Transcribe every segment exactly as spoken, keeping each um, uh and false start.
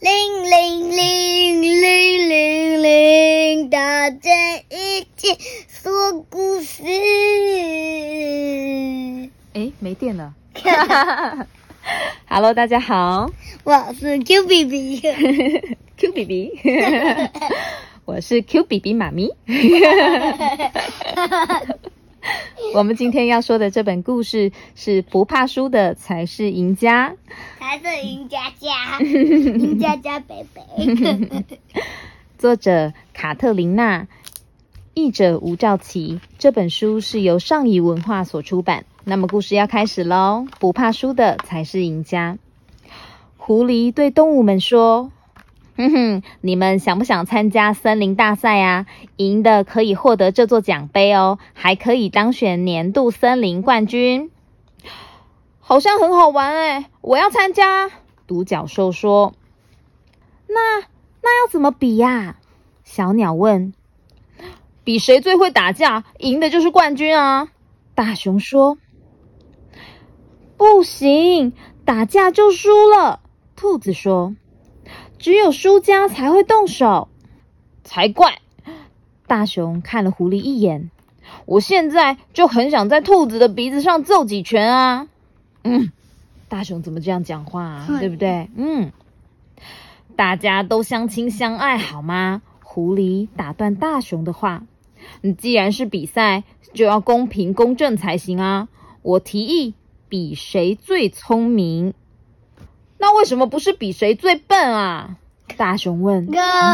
铃铃铃铃铃铃，大家一起说故事。 诶，没电了。Hello， 大家好， 我是 Q B B，Q B B， 我是 Q B B 妈咪。我们今天要说的这本故事是不怕输的才是赢家， 才是赢家家，赢家家贝贝。 作者卡特琳娜，译者吴兆琪。这本书是由上译文化所出版。那么故事要开始咯，不怕输的才是赢家。狐狸对动物们说，哼哼，你们想不想参加森林大赛啊？赢的可以获得这座奖杯哦，还可以当选年度森林冠军。好像很好玩诶，我要参加。独角兽说。那那要怎么比呀？小鸟问。比谁最会打架，赢的就是冠军啊。大熊说。不行，打架就输了。兔子说。只有输家才会动手。才怪！大熊看了狐狸一眼，我现在就很想在兔子的鼻子上揍几拳啊！嗯，大熊怎么这样讲话啊？对不对？嗯，大家都相亲相爱好吗？狐狸打断大熊的话，既然是比赛，就要公平公正才行啊！我提议比谁最聪明。那为什么不是比谁最笨啊？大熊问。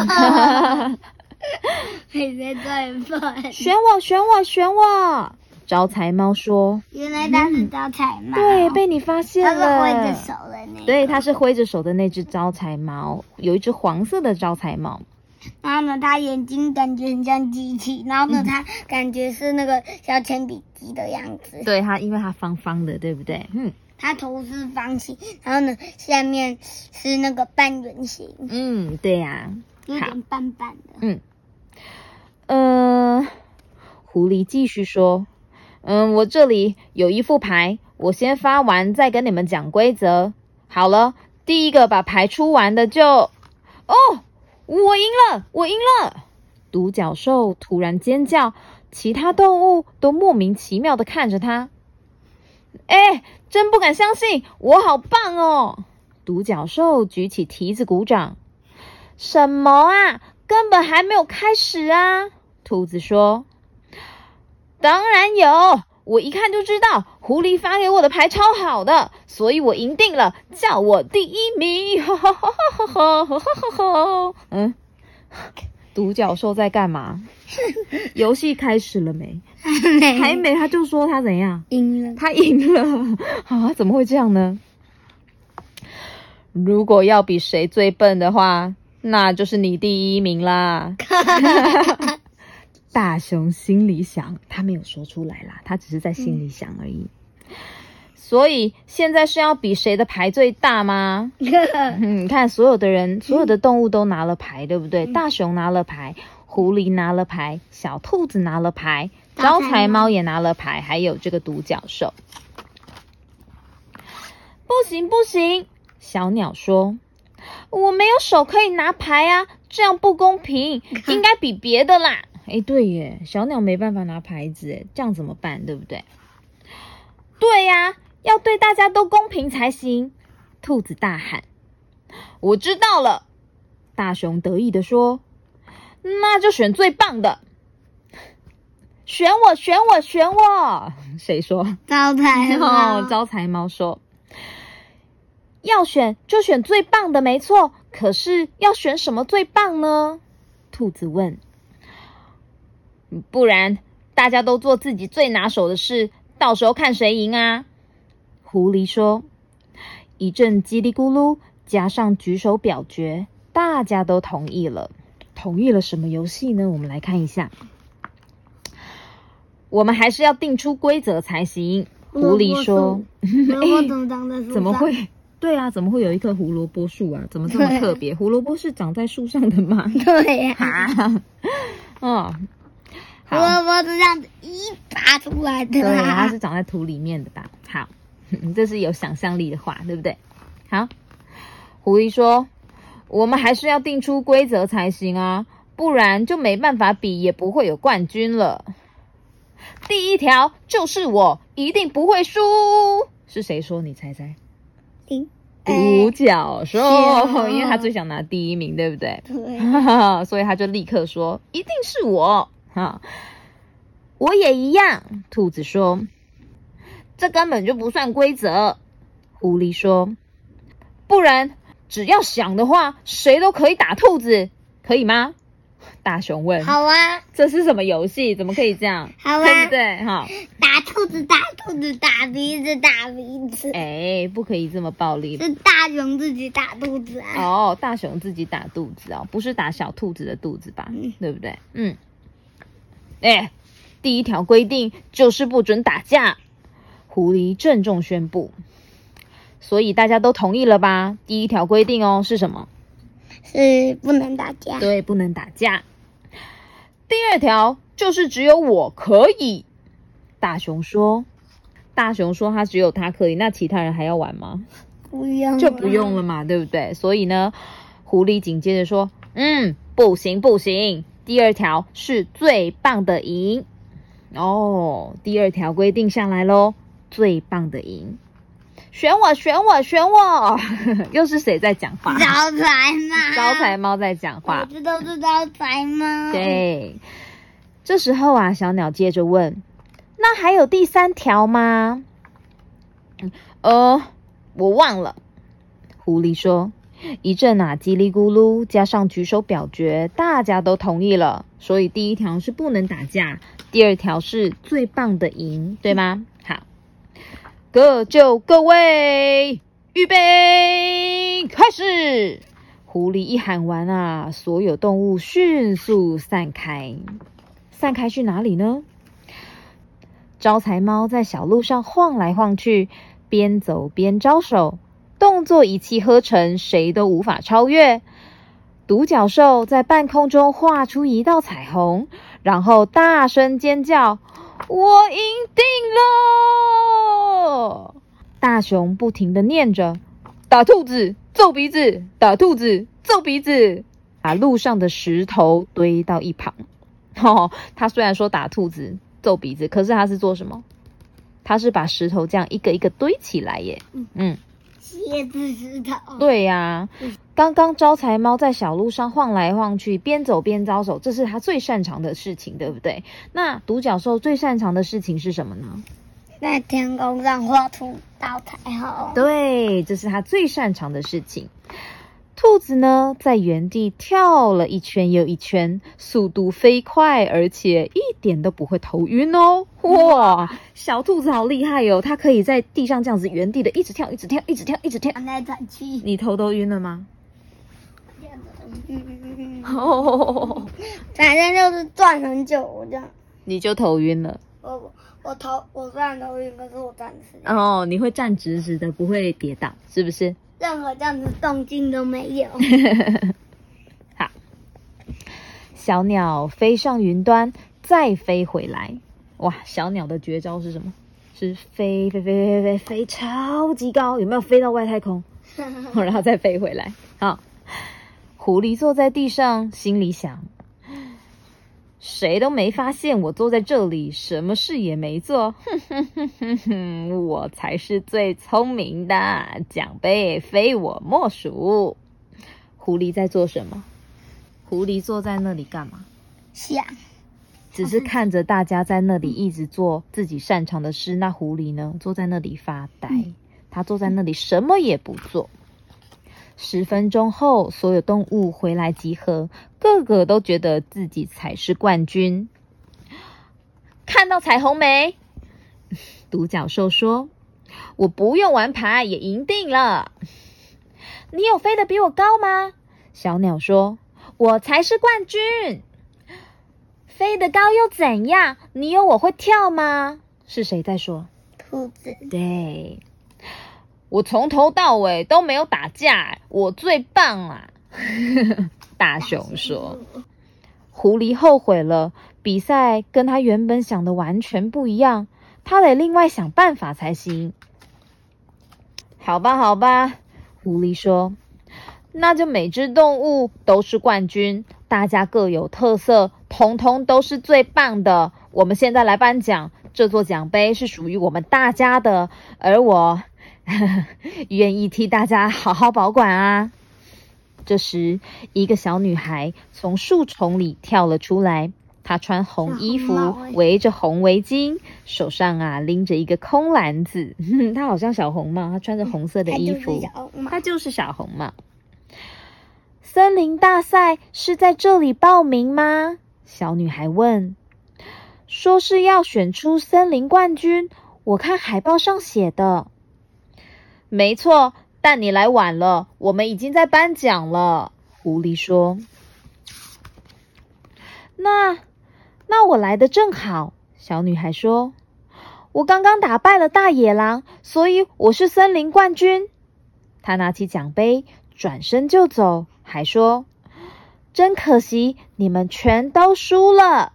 比谁最笨？ 选我，选我，选我！招财猫说。 原来他是招财猫、嗯。 对，被你发现了。 他是挥着手的那个。 对，他是挥着手的那只招财猫，有一只黄色的招财猫。 然后呢，他眼睛感觉很像机器，然后呢，他、嗯、感觉是那个小铅笔机的样子。 对，他因为他方方的，对不对？嗯。 它头是方形，然后呢，下面是那个半圆形。 嗯，对呀、啊， 有点斑斑的。 嗯，呃，狐狸继续说，嗯，我这里有一副牌，我先发完再跟你们讲规则。好了，第一个把牌出完的就……哦，我赢了，我赢了！独角兽突然尖叫，其他动物都莫名其妙的看着他。哎，真不敢相信，我好棒哦！独角兽举起蹄子鼓掌。什么啊？根本还没有开始啊！兔子说。当然有，我一看就知道，狐狸发给我的牌超好的，所以我赢定了，叫我第一名！哈哈哈哈哈哈哈哈！嗯，独角兽在干嘛？游戏开始了没？还没，他就说他怎样？ 赢了。他赢了啊？怎么会这样呢？如果要比谁最笨的话，那就是你第一名啦。大熊心里想，他没有说出来啦，他只是在心里想而已。嗯、所以现在是要比谁的牌最大吗？嗯、你看，所有的人，所有的动物都拿了牌，对不对？嗯、大熊拿了牌。狐狸拿了牌，小兔子拿了牌，招财猫也拿了牌，还有这个独角兽。不行不行，小鸟说，我没有手可以拿牌啊，这样不公平，应该比别的啦。诶，对耶，小鸟没办法拿牌子耶，这样怎么办，对不对？对呀，要对大家都公平才行。兔子大喊。我知道了，大熊得意地说。那就选最棒的，选我，选我，选我！谁说？ 招财猫。 哦，招财猫说，要选就选最棒的，没错。可是要选什么最棒呢？兔子问。不然大家都做自己最拿手的事，到时候看谁赢啊！狐狸说。一阵叽里咕噜，加上举手表决，大家都同意了。同意了什么游戏呢？我们来看一下。我们还是要定出规则才行。狐狸说。 胡萝卜怎么长在树上？ 怎么会？对啊，怎么会有一棵胡萝卜树啊？怎么这么特别？胡萝卜是长在树上的吗？ 对呀、 啊。哦， 胡萝卜是这样子一拔出来的、啊。 对，它是长在土里面的吧？好，这是有想象力的话，对不对？好，狐狸说。 我们还是要定出规则才行啊，不然就没办法比，也不会有冠军了。第一条就是我一定不会输，是谁说？你猜猜？ 零独角兽， 哎因为他最想拿第一名，对不对？ 对， 所以他就立刻说：“一定是我！”哈，我也一样。兔子说：“这根本就不算规则。”狐狸说：“不然只要想的话，谁都可以打兔子，可以吗？”大熊问：“ 好啊， 这是什么游戏？怎么可以这样？ 好啊， 对不对？哈， 打兔子，打兔子，打鼻子，打鼻子。 哎，不可以这么暴力。 是大熊自己打肚子啊。 哦，大熊自己打肚子哦，不是打小兔子的肚子吧？ 嗯对不对？嗯。哎，第一条规定就是不准打架。狐狸郑重宣布。所以大家都同意了吧？第一条规定哦是什么？ 是不能打架。 对，不能打架。第二条就是只有我可以。大熊说，大熊说他只有他可以，那其他人还要玩吗？ 不用， 就不用了嘛，对不对？所以呢，狐狸紧接着说，嗯，不行不行。第二条是最棒的赢。哦，第二条规定下来咯，最棒的赢。选我，选我，选我！又是谁在讲话？ 招财猫。 招财猫在讲话。 我知道是招财猫。 对，这时候啊，小鸟接着问：“那还有第三条吗？”呃，我忘了。狐狸说：“一阵啊叽里咕噜，加上举手表决，大家都同意了。所以第一条是不能打架，第二条是最棒的赢，对吗？”好。各就各位，预备，开始！狐狸一喊完啊，所有动物迅速散开。散开去哪里呢？招财猫在小路上晃来晃去，边走边招手，动作一气呵成，谁都无法超越。独角兽在半空中画出一道彩虹，然后大声尖叫：“我赢定了！”大熊不停地念着：“打兔子，揍鼻子，打兔子，揍鼻子。”把路上的石头堆到一旁。哦，他虽然说打兔子、揍鼻子，可是他是做什么？他是把石头这样一个一个堆起来耶。嗯， 蝎子石头。 对呀、啊。刚刚招财猫在小路上晃来晃去，边走边招手，这是他最擅长的事情，对不对？那独角兽最擅长的事情是什么呢？ 在天空上画出道彩虹。 对，这是他最擅长的事情。兔子呢，在原地跳了一圈又一圈，速度飞快，而且一点都不会头晕哦。哇，小兔子好厉害哦，它可以在地上这样子原地的一直跳，一直跳，一直跳，一直跳。 转来转去。 你头都晕了吗？ 嗯， 哦， 反正就是转很久，我这样。 你就头晕了。 我我头我虽然头晕，可是我站直。 哦，你会站直直的，不会跌倒，是不是？ 任何这样子动静都没有。 好，小鸟飞上云端，再飞回来。哇，小鸟的绝招是什么？是飞飞飞飞飞飞超级高，有没有飞到外太空？然后再飞回来。好，狐狸坐在地上，心里想：谁都没发现我坐在这里，什么事也没做。哼哼哼哼哼，我才是最聪明的，奖杯非我莫属。狐狸在做什么？狐狸坐在那里干嘛？ 想， 只是看着大家在那里一直做自己擅长的事。那狐狸呢？坐在那里发呆。他坐在那里什么也不做。十分钟后，所有动物回来集合，个个都觉得自己才是冠军。看到彩虹没？独角兽说：“我不用玩牌也赢定了。”你有飞得比我高吗？小鸟说：“我才是冠军。”飞得高又怎样？你有我会跳吗？是谁在说？ 兔子。 对。我从头到尾都没有打架，我最棒啊！大熊说。狐狸后悔了，比赛跟他原本想的完全不一样，他得另外想办法才行。好吧，好吧，狐狸说， 那就每只动物都是冠军，大家各有特色，统统都是最棒的。我们现在来颁奖，这座奖杯是属于我们大家的，而我呵呵愿意替大家好好保管啊。这时，一个小女孩从树丛里跳了出来，她穿红衣服，围着红围巾，手上啊拎着一个空篮子。她好像小红帽，她穿着红色的衣服，她就是小红帽。森林大赛是在这里报名吗？小女孩问。说是要选出森林冠军，我看海报上写的。没错，但你来晚了，我们已经在颁奖了。狐狸说。那，那我来的正好。小女孩说。我刚刚打败了大野狼，所以我是森林冠军。她拿起奖杯，转身就走，还说：真可惜，你们全都输了。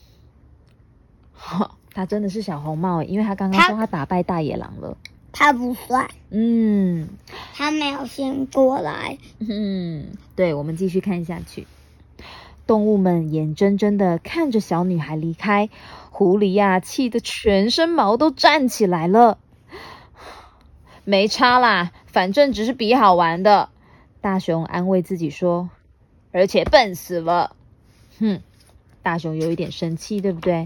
他真的是小红帽，因为他刚刚说他打败大野狼了。 他不算， 嗯， 他没有先过来。 嗯，对，我们继续看下去。动物们眼睁睁的看着小女孩离开，狐狸呀、啊，气得全身毛都站起来了。没差啦，反正只是比好玩的。大熊安慰自己说，而且笨死了。哼，大熊有一点生气，对不对？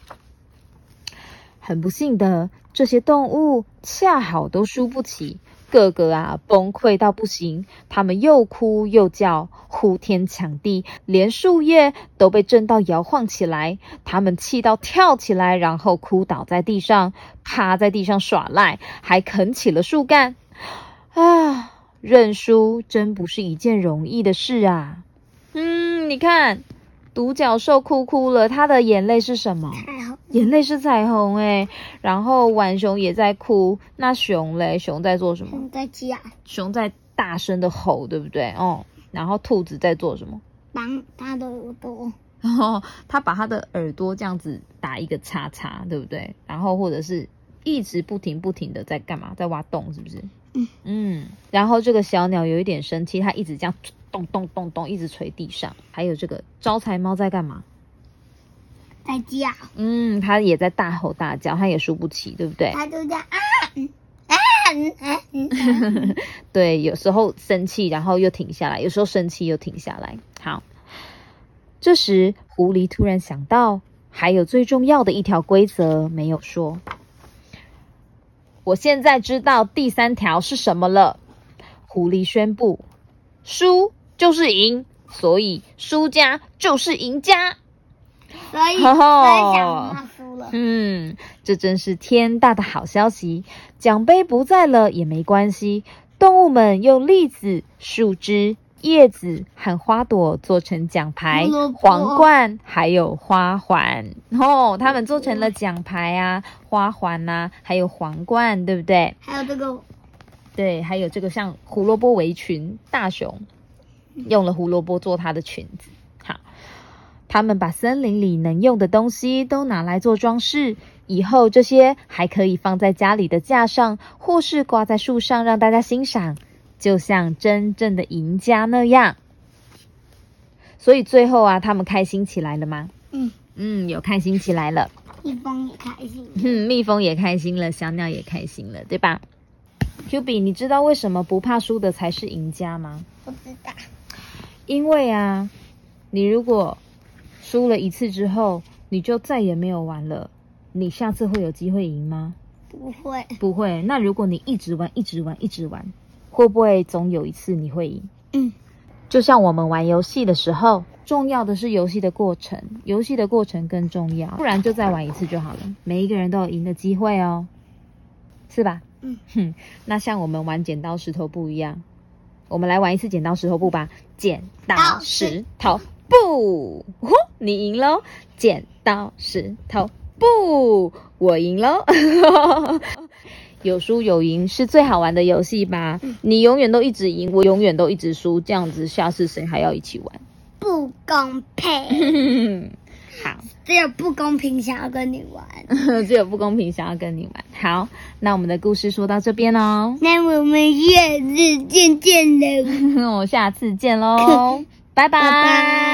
很不幸的，这些动物恰好都输不起，个个啊崩溃到不行，他们又哭又叫，呼天抢地，连树叶都被震到摇晃起来。他们气到跳起来，然后哭倒在地上，趴在地上耍赖，还啃起了树干。啊，认输真不是一件容易的事啊！嗯，你看，独角兽哭哭了，他的眼泪是什么？眼泪是彩虹哎，然后浣熊也在哭，那熊嘞？熊在做什么？ 熊在叫， 熊在大声的吼，对不对？哦，然后兔子在做什么？ 绑它的耳朵。 哦，他把他的耳朵这样子打一个叉叉，对不对？然后或者是一直不停不停的在干嘛？在挖洞，是不是？嗯嗯。然后这个小鸟有一点生气，它一直这样咚咚咚咚一直捶地上。还有这个招财猫在干嘛？ 在叫， 嗯，他也在大吼大叫，他也输不起，对不对？ 他就这样啊，嗯啊，嗯啊，嗯啊对，有时候生气，然后又停下来；有时候生气又停下来。好，这时狐狸突然想到，还有最重要的一条规则没有说。我现在知道第三条是什么了。狐狸宣布：输就是赢，所以输家就是赢家。 所以，所以小红帽输了。 嗯，这真是天大的好消息！奖杯不在了也没关系，动物们用栗子、树枝、叶子和花朵做成奖牌、皇冠，还有花环。哦，他们做成了奖牌啊、花环啊，还有皇冠，对不对？ 还有这个， 对，还有这个像胡萝卜围裙，大熊用了胡萝卜做它的裙子。好。他们把森林里能用的东西都拿来做装饰，以后这些还可以放在家里的架上，或是挂在树上让大家欣赏，就像真正的赢家那样。所以最后啊，他们开心起来了吗？嗯嗯，有开心起来了。 蜜蜂也开心了， 嗯，蜜蜂也开心了，小鸟也开心了，对吧 ？Q B， 你知道为什么不怕输的才是赢家吗？ 不知道。 因为啊，你如果输了一次之后，你就再也没有玩了。你下次会有机会赢吗？ 不会， 不会。那如果你一直玩，一直玩，一直玩，会不会总有一次你会赢？嗯，就像我们玩游戏的时候，重要的是游戏的过程，游戏的过程更重要，不然就再玩一次就好了。每一个人都有赢的机会哦，是吧？嗯哼，那像我们玩剪刀石头布一样，我们来玩一次剪刀石头布吧。剪刀石头布，哦，你赢咯！剪刀石头布，我赢咯！有输有赢是最好玩的游戏吧？嗯、你永远都一直赢，我永远都一直输，这样子下次谁还要一起玩？ 不公平！ 好， 只有不公平想要跟你玩。 只有不公平想要跟你玩。好，那我们的故事说到这边哦。 那我们下次见见喽。 我下次见喽，拜拜。 拜拜。